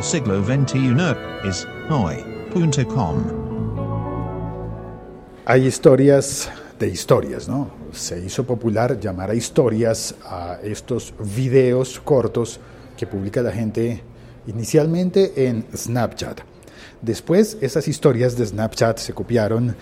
del siglo XXI es hoy.com. Hay historias de historias, ¿no? Se hizo popular llamar a historias a estos videos cortos que publica la gente inicialmente en Snapchat. Después esas historias de Snapchat se copiaron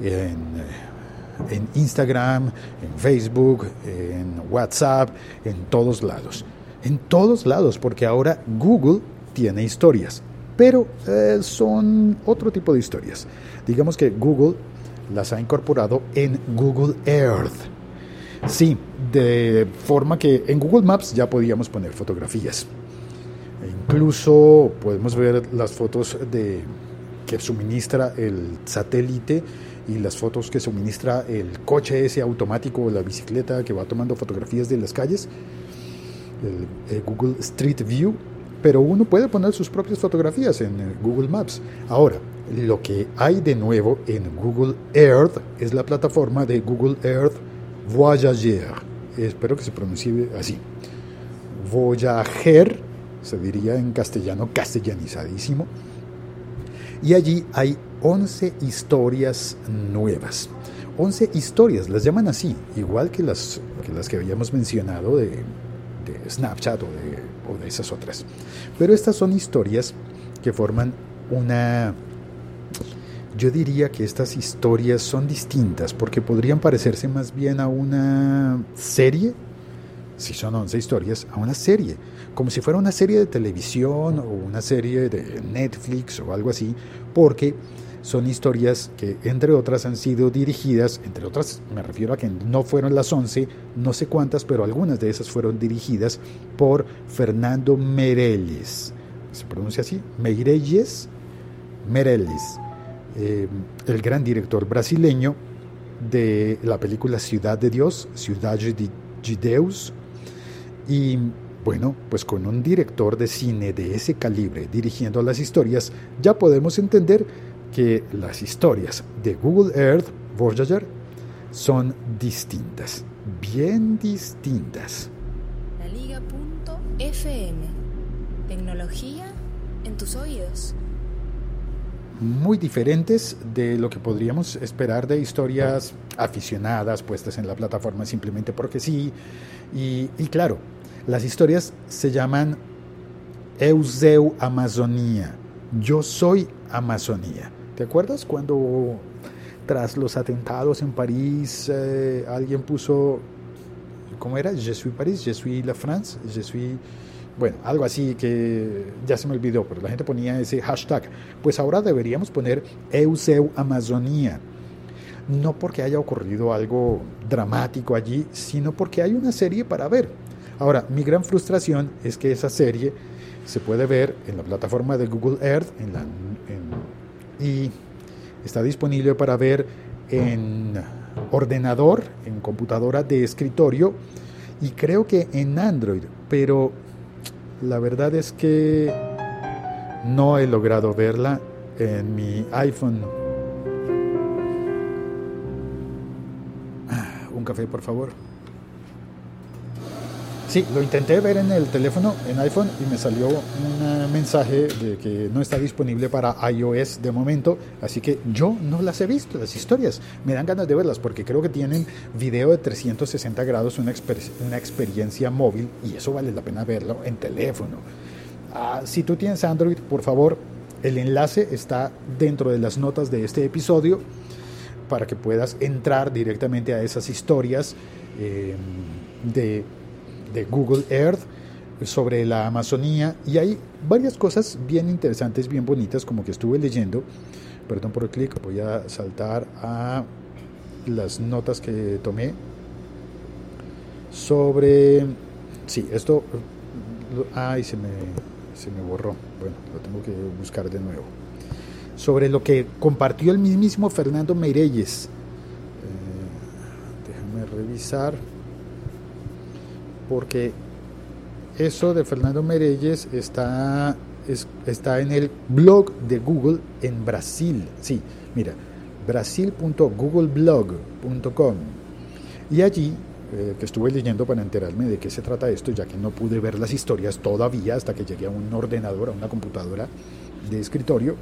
en Instagram, en Facebook, en WhatsApp, en todos lados. En todos lados, porque ahora Google tiene historias, pero son otro tipo de historias. Digamos que Google las ha incorporado en Google Earth. Sí, de forma que en Google Maps ya podíamos poner fotografías. E incluso podemos ver las fotos que suministra el satélite y las fotos que suministra el coche ese automático o la bicicleta que va tomando fotografías de las calles, el Google Street View, pero uno puede poner sus propias fotografías en Google Maps. Ahora, lo que hay de nuevo en Google Earth es la plataforma de Google Earth Voyager. Espero que se pronuncie así. Voyager, se diría en castellano, castellanizadísimo. Y allí hay 11 historias nuevas. 11 historias, las llaman así, igual que las que habíamos mencionado de Snapchat o de esas otras. Pero estas son historias que forman yo diría que estas historias son distintas porque podrían parecerse más bien a una serie, si son 11 historias, a una serie, como si fuera una serie de televisión o una serie de Netflix o algo así, porque son historias que, entre otras, han sido dirigidas, entre otras, me refiero a que no fueron las 11, no sé cuántas, pero algunas de esas fueron dirigidas por Fernando Meirelles. ¿Se pronuncia así? Meirelles, el gran director brasileño de la película Ciudad de Dios, Cidade de Deus. Y bueno, pues con un director de cine de ese calibre dirigiendo las historias, ya podemos entender que las historias de Google Earth Voyager son distintas, bien distintas. LaLiga.fm. Tecnología en tus oídos. Muy diferentes de lo que podríamos esperar de historias aficionadas puestas en la plataforma simplemente porque sí. Y claro, las historias se llaman Eu Amazonía. Yo soy Amazonía. ¿Te acuerdas cuando tras los atentados en París alguien puso, ¿cómo era? Je suis Paris, je suis la France, je suis... Bueno, algo así que ya se me olvidó, pero la gente ponía ese hashtag. Pues ahora deberíamos poner Eu Amazonía. No porque haya ocurrido algo dramático allí, sino porque hay una serie para ver. Ahora, mi gran frustración es que esa serie se puede ver en la plataforma de Google Earth y está disponible para ver en ordenador, en computadora de escritorio y creo que en Android, pero la verdad es que no he logrado verla en mi iPhone. Un café, por favor. Sí, lo intenté ver en el teléfono, en iPhone, y me salió un mensaje de que no está disponible para iOS de momento, así que yo no las he visto, las historias. Me dan ganas de verlas porque creo que tienen video de 360 grados, una experiencia móvil, y eso vale la pena verlo en teléfono. Si tú tienes Android, por favor, el enlace está dentro de las notas de este episodio para que puedas entrar directamente a esas historias de Google Earth sobre la Amazonía, y hay varias cosas bien interesantes, bien bonitas, como que estuve leyendo. Perdón por el clic, voy a saltar a las notas que tomé sobre... Sí, esto... Ay, se me borró. Bueno, lo tengo que buscar de nuevo. Sobre lo que compartió el mismísimo Fernando Meirelles. Déjame revisar, porque eso de Fernando Meirelles está en el blog de Google en Brasil. Sí, mira, brasil.googleblog.com. Y allí que estuve leyendo para enterarme de qué se trata esto, ya que no pude ver las historias todavía hasta que llegué a un ordenador, a una computadora de escritorio.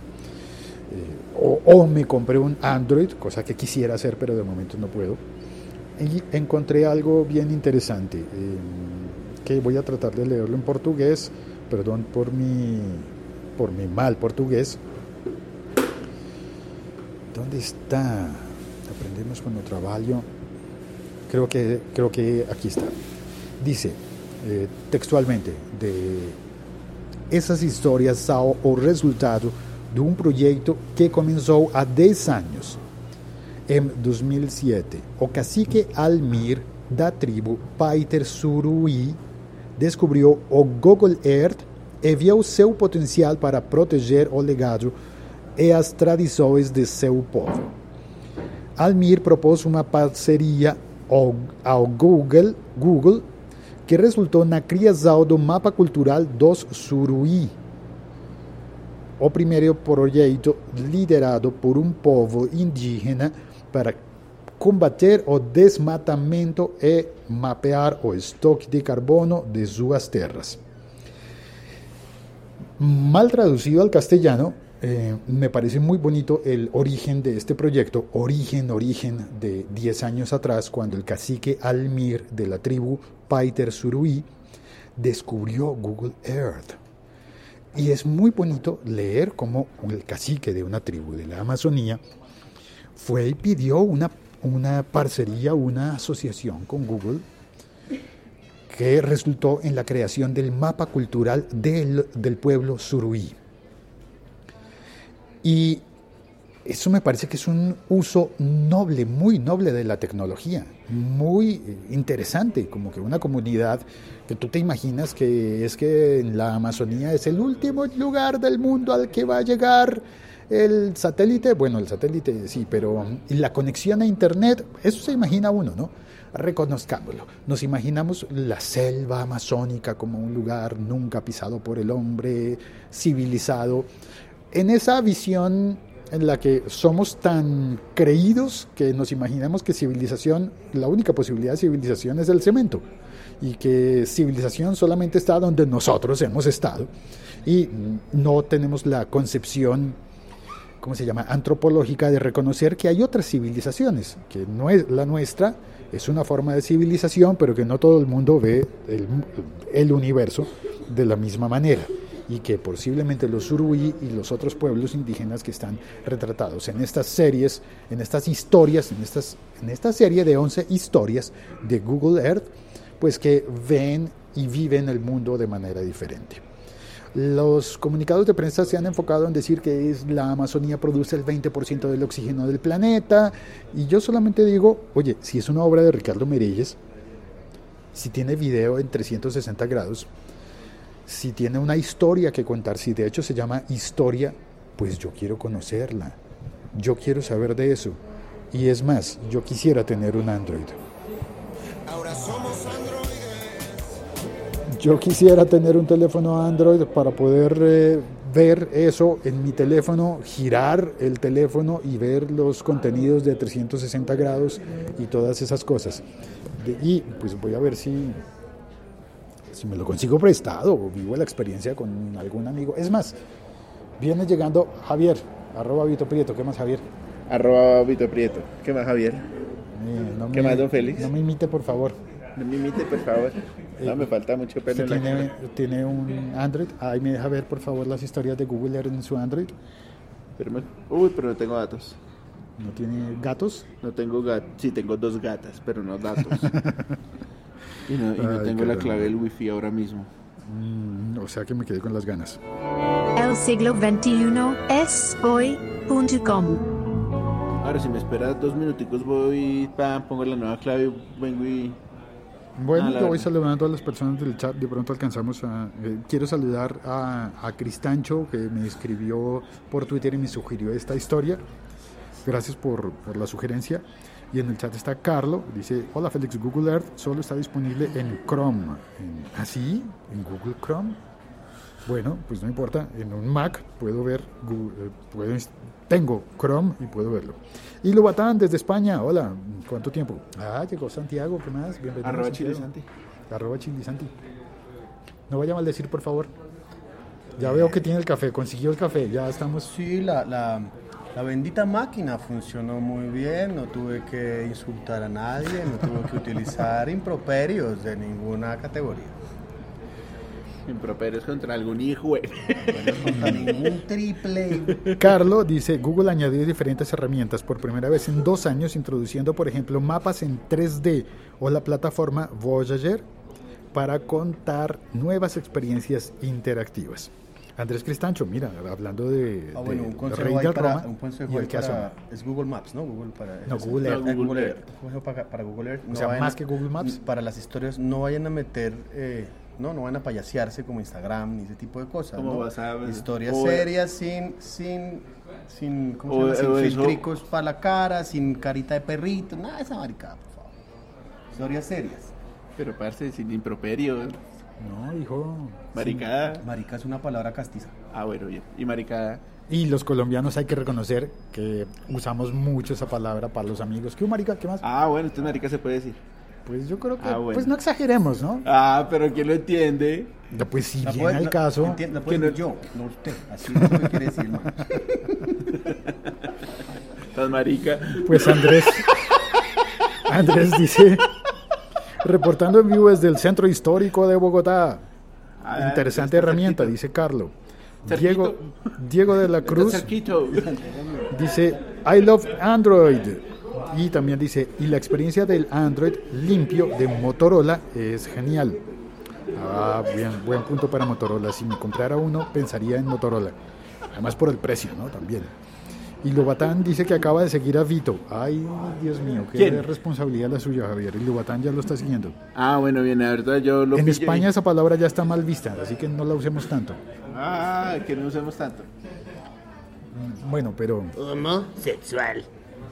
O me compré un Android, cosa que quisiera hacer, pero de momento no puedo. Y encontré algo bien interesante, que voy a tratar de leerlo en portugués. Perdón por mi mal portugués. ¿Dónde está? Aprendemos cuando trabajo. Creo que aquí está. Dice textualmente: de essas historias são o resultado de um projeto que começou há 10 anos. Em 2007, o cacique Almir, da tribo Paiter Suruí, descobriu o Google Earth e viu seu potencial para proteger o legado e as tradições de seu povo. Almir propôs uma parceria ao Google, que resultou na criação do Mapa Cultural dos Suruí, o primeiro projeto liderado por um povo indígena para combater o desmatamento e mapear o estoque de carbono de suas terras. Mal traducido al castellano, me parece muy bonito el origen de este proyecto, origen de 10 años atrás, cuando el cacique Almir de la tribu Paiter Suruí descubrió Google Earth. Y es muy bonito leer cómo el cacique de una tribu de la Amazonía fue y pidió una parcería, una asociación con Google, que resultó en la creación del mapa cultural del pueblo Suruí. Y eso me parece que es un uso noble, muy noble de la tecnología, muy interesante, como que una comunidad que tú te imaginas que en la Amazonía es el último lugar del mundo al que va a llegar el satélite. Bueno, el satélite sí, pero la conexión a internet, eso se imagina uno, ¿no? Reconozcámoslo. Nos imaginamos la selva amazónica como un lugar nunca pisado por el hombre, civilizado. En esa visión en la que somos tan creídos que nos imaginamos que civilización, la única posibilidad de civilización es el cemento, y que civilización solamente está donde nosotros hemos estado, y no tenemos la concepción, ¿cómo se llama?, antropológica, de reconocer que hay otras civilizaciones, que no es la nuestra, es una forma de civilización, pero que no todo el mundo ve el universo de la misma manera, y que posiblemente los Suruí y los otros pueblos indígenas que están retratados en estas series, en estas historias, en esta serie de 11 historias de Google Earth, pues que ven y viven el mundo de manera diferente. Los comunicados de prensa se han enfocado en decir que la Amazonía produce el 20% del oxígeno del planeta, y yo solamente digo, oye, si es una obra de Ricardo Merelles, si tiene video en 360 grados, si tiene una historia que contar, si de hecho se llama historia, pues yo quiero conocerla, yo quiero saber de eso. Y es más, yo quisiera tener un Android. Ahora somos androides. Yo quisiera tener un teléfono Android para poder ver eso en mi teléfono, girar el teléfono y ver los contenidos de 360 grados y todas esas cosas. Y pues voy a ver si me lo consigo prestado o vivo la experiencia con algún amigo. Es más, viene llegando Javier, @VitoPrieto. ¿Qué más, Javier? @VitoPrieto. ¿Qué más, Javier? ¿Qué más, don Félix? No me imite, por favor. No me imite, por favor. No, me falta mucho pelo en la cara. ¿Tiene un Android? Ahí me deja ver, por favor, las historias de Google Earth en su Android. Pero no tengo datos. ¿No tiene gatos? No tengo gatos. Sí, tengo 2 gatas, pero no datos. Y no tengo la clave del wifi ahora mismo. O sea que me quedé con las ganas. El siglo XXI es hoy.com. Ahora, si me esperas 2 minuticos, pongo la nueva clave y vengo y... Bueno, yo voy saludando a las personas del chat. De pronto alcanzamos a... quiero saludar a Cristancho, que me escribió por Twitter y me sugirió esta historia. Gracias por la sugerencia. Y en el chat está Carlo, dice: hola Félix, Google Earth solo está disponible en Chrome. ¿Ah, sí? ¿En Google Chrome? Bueno, pues no importa, en un Mac puedo ver, tengo Chrome y puedo verlo. Y Lubatán desde España, hola, ¿cuánto tiempo? Llegó Santiago, ¿qué más? Bienvenido. Arroba Santiago. Chilisanti. Arroba Chilisanti. No vaya a maldecir, por favor. Ya veo que tiene el café, consiguió el café, ya estamos... Sí, la bendita máquina funcionó muy bien, no tuve que insultar a nadie, no tuve que utilizar improperios de ninguna categoría. Improperios contra algún hijo. Contra ningún triple. Carlos dice, Google añadió diferentes herramientas por primera vez en 2 años, introduciendo, por ejemplo, mapas en 3D o la plataforma Voyager para contar nuevas experiencias interactivas. Andrés Cristancho, mira, hablando de Un consejo Rey ahí de para, Roma un consejo y el ahí que asoma. para, es Google Maps, ¿no? Google para No, Google Earth. No, Google Earth. Earth. Un consejo para Google Earth. O sea, vayan más que Google Maps. Para las historias no vayan a meter, no van a payasearse como Instagram ni ese tipo de cosas. Como ¿no? WhatsApp. Historias O- serias sin ¿cómo O- se llama? o Sin eso- filtricos para la cara, sin carita de perrito, nada de esa maricada, por favor. Historias serias. Pero parce, sin improperios. No, hijo. Maricada. Marica es una palabra castiza. Ah, bueno, bien. Y maricada. Y los colombianos hay que reconocer que usamos mucho esa palabra para los amigos. ¿Qué marica? ¿Qué más? Ah, bueno, entonces marica se puede decir. Pues yo creo que, bueno. pues no exageremos, ¿no? Ah, pero ¿quién lo entiende? Pues si La viene puede- al la- caso, entiende- la puede que no- decir yo, no usted. Así es lo que quiere decir, hermano. Estás marica. pues Andrés dice, reportando en vivo desde el Centro Histórico de Bogotá. Ah, Interesante está herramienta, cerquito. dice Carlos. Cerquito. Diego de la Está Cruz cerquito. dice, I love Android. Y también dice, y la experiencia del Android limpio de Motorola es genial. Bien, buen punto para Motorola. Si me comprara uno, pensaría en Motorola. Además por el precio, ¿no? También. Y Lobatán dice que acaba de seguir a Vito. Ay, Dios mío, qué ¿Quién? responsabilidad la suya, Javier. Y Lobatán ya lo está siguiendo. Ah, bueno, bien, la verdad yo lo En pillé. España esa palabra ya está mal vista, así que no la usemos tanto. Ah, que no usemos tanto. Bueno, pero... Homosexual.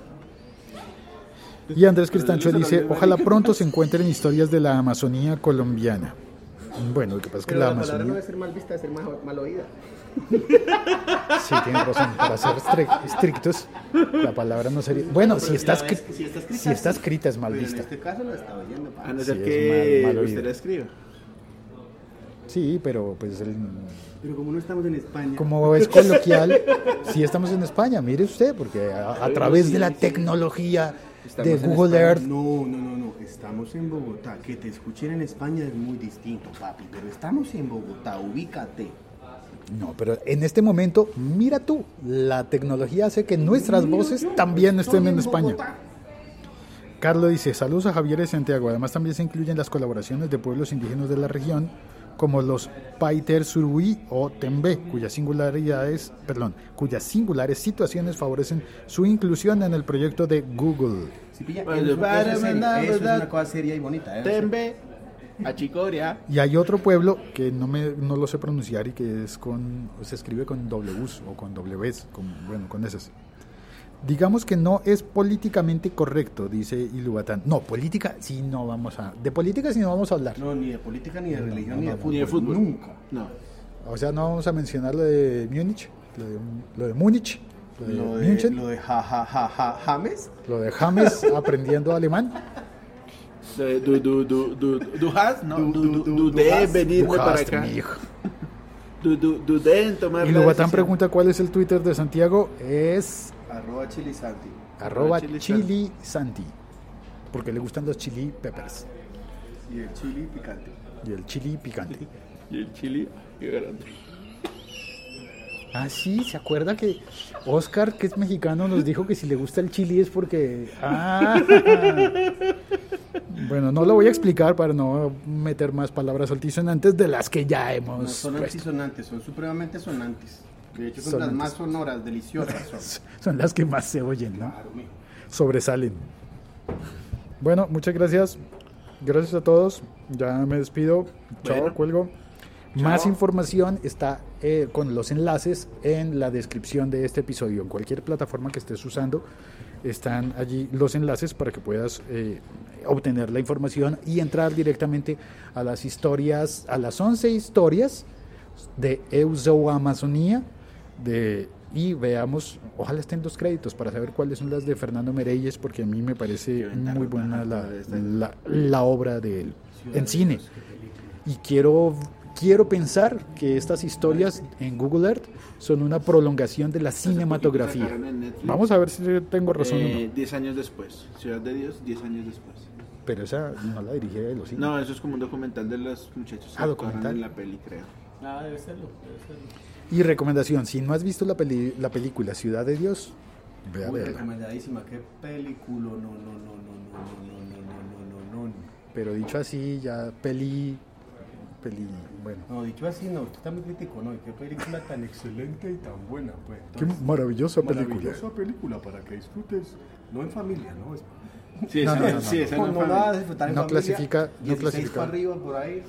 Y Andrés Cristancho dice, ojalá pronto se encuentren historias de la Amazonía colombiana. Bueno, lo que pasa es que Pero la la palabra no Amazonía... debe ser mal vista, debe ser mal oída. Sí, tienen razón. Para ser estrictos, la palabra no sería... Bueno, si está escrita es mal Pero en vista. este caso lo está oyendo. A no Sí, ser es que mal usted oído. la escriba. Sí, pero pues Pero como no estamos en España. como es coloquial, sí estamos en España, mire usted, porque a través de la tecnología de Estamos en Google España. Earth... No. Estamos en Bogotá. Que te escuchen en España es muy distinto, papi. Pero estamos en Bogotá, ubícate. No, pero en este momento, mira tú, la tecnología hace que nuestras voces también estén en España. Carlos dice, saludos a Javier y Santiago. Además también se incluyen las colaboraciones de pueblos indígenas de la región, como los Paiter Surui o Tembe, cuyas singulares situaciones favorecen su inclusión en el proyecto de Google. Si pilla, Pues, eso para es serio, mandar, eso es ¿verdad? una cosa seria y bonita. ¿eh? Tembe, Achicoria. Y hay otro pueblo que no lo sé pronunciar y que se escribe con Ws o con Ws, con esas. Digamos que no es políticamente correcto, dice Ilubatán. No, política sí no vamos a... De política sí no vamos a hablar. No, ni de política, ni de religión, ni de no, fútbol. Ni de fútbol. Nunca. No. O sea, no vamos a mencionar lo de Múnich, lo de Múnich, lo de München, Lo de James. lo de James aprendiendo alemán. Du has, ¿no? Du de has. venirme para Bujaste, acá. mi hijo. Du de en tomar la Ilubatán decisión. pregunta cuál es el Twitter de Santiago. Es @chilisanti. @chilisanti. Porque le gustan los chili peppers Y el chili picante. y el chili picante. Y el chili, qué grande. Ah, sí, ¿se acuerda que Oscar, que es mexicano, nos dijo que si le gusta el chili es porque... Ah. Bueno, no lo voy a explicar para no meter más palabras altisonantes de las que ya No hemos son puesto. antisonantes, son supremamente sonantes. De hecho, son Sonantes. las más sonoras, deliciosas. Son. Son las que más se oyen, ¿no? Claro, mijo. Sobresalen. Bueno, muchas gracias. Gracias a todos. Ya me despido. Chao, Bueno. cuelgo. Más información está con los enlaces en la descripción de este episodio. En cualquier plataforma que estés usando, están allí los enlaces para que puedas obtener la información y entrar directamente a las historias, a las 11 historias de Euzoamazonía, y veamos, ojalá estén los créditos para saber cuáles son las de Fernando Mereyes, porque a mí me parece muy buena la obra de él en cine. Y quiero pensar que estas historias en Google Earth son una prolongación de la cinematografía. Vamos a ver si tengo razón o no. 10 años después. Ciudad de Dios, 10 años después. Pero esa no la dirigí de los cines. No, eso es como un documental de los muchachos que documental en la peli, creo. Debe serlo. Y recomendación, si no has visto la película Ciudad de Dios, ve a verla. Recomendadísima, qué película, no. Pero dicho así, ya peli, bueno. No, dicho así, no, usted está muy crítico, ¿no? Y qué película tan excelente y tan buena, pues. Qué maravillosa película. Maravillosa película para que disfrutes, no en familia, ¿no? Sí, esa No, no la vas a disfrutar en No familia. clasifica, no 16 clasifica. para arriba, por ahí.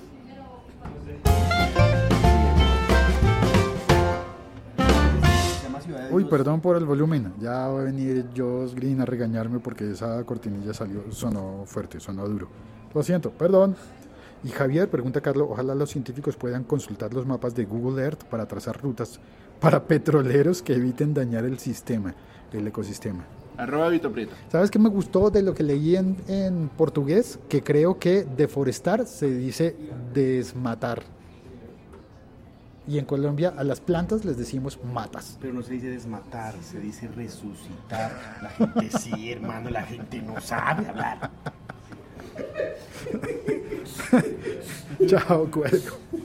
Uy, perdón por el volumen. Ya va a venir Josh Green a regañarme porque esa cortinilla sonó fuerte, sonó duro. Lo siento, perdón. Y Javier pregunta a Carlos, ojalá los científicos puedan consultar los mapas de Google Earth para trazar rutas para petroleros que eviten dañar el ecosistema. @Vito Prieto. ¿Sabes qué me gustó de lo que leí en portugués? Que creo que deforestar se dice desmatar. Y en Colombia a las plantas les decimos matas. Pero no se dice desmatar, se dice resucitar. La gente sí, hermano, la gente no sabe hablar. Chao, cuelgo.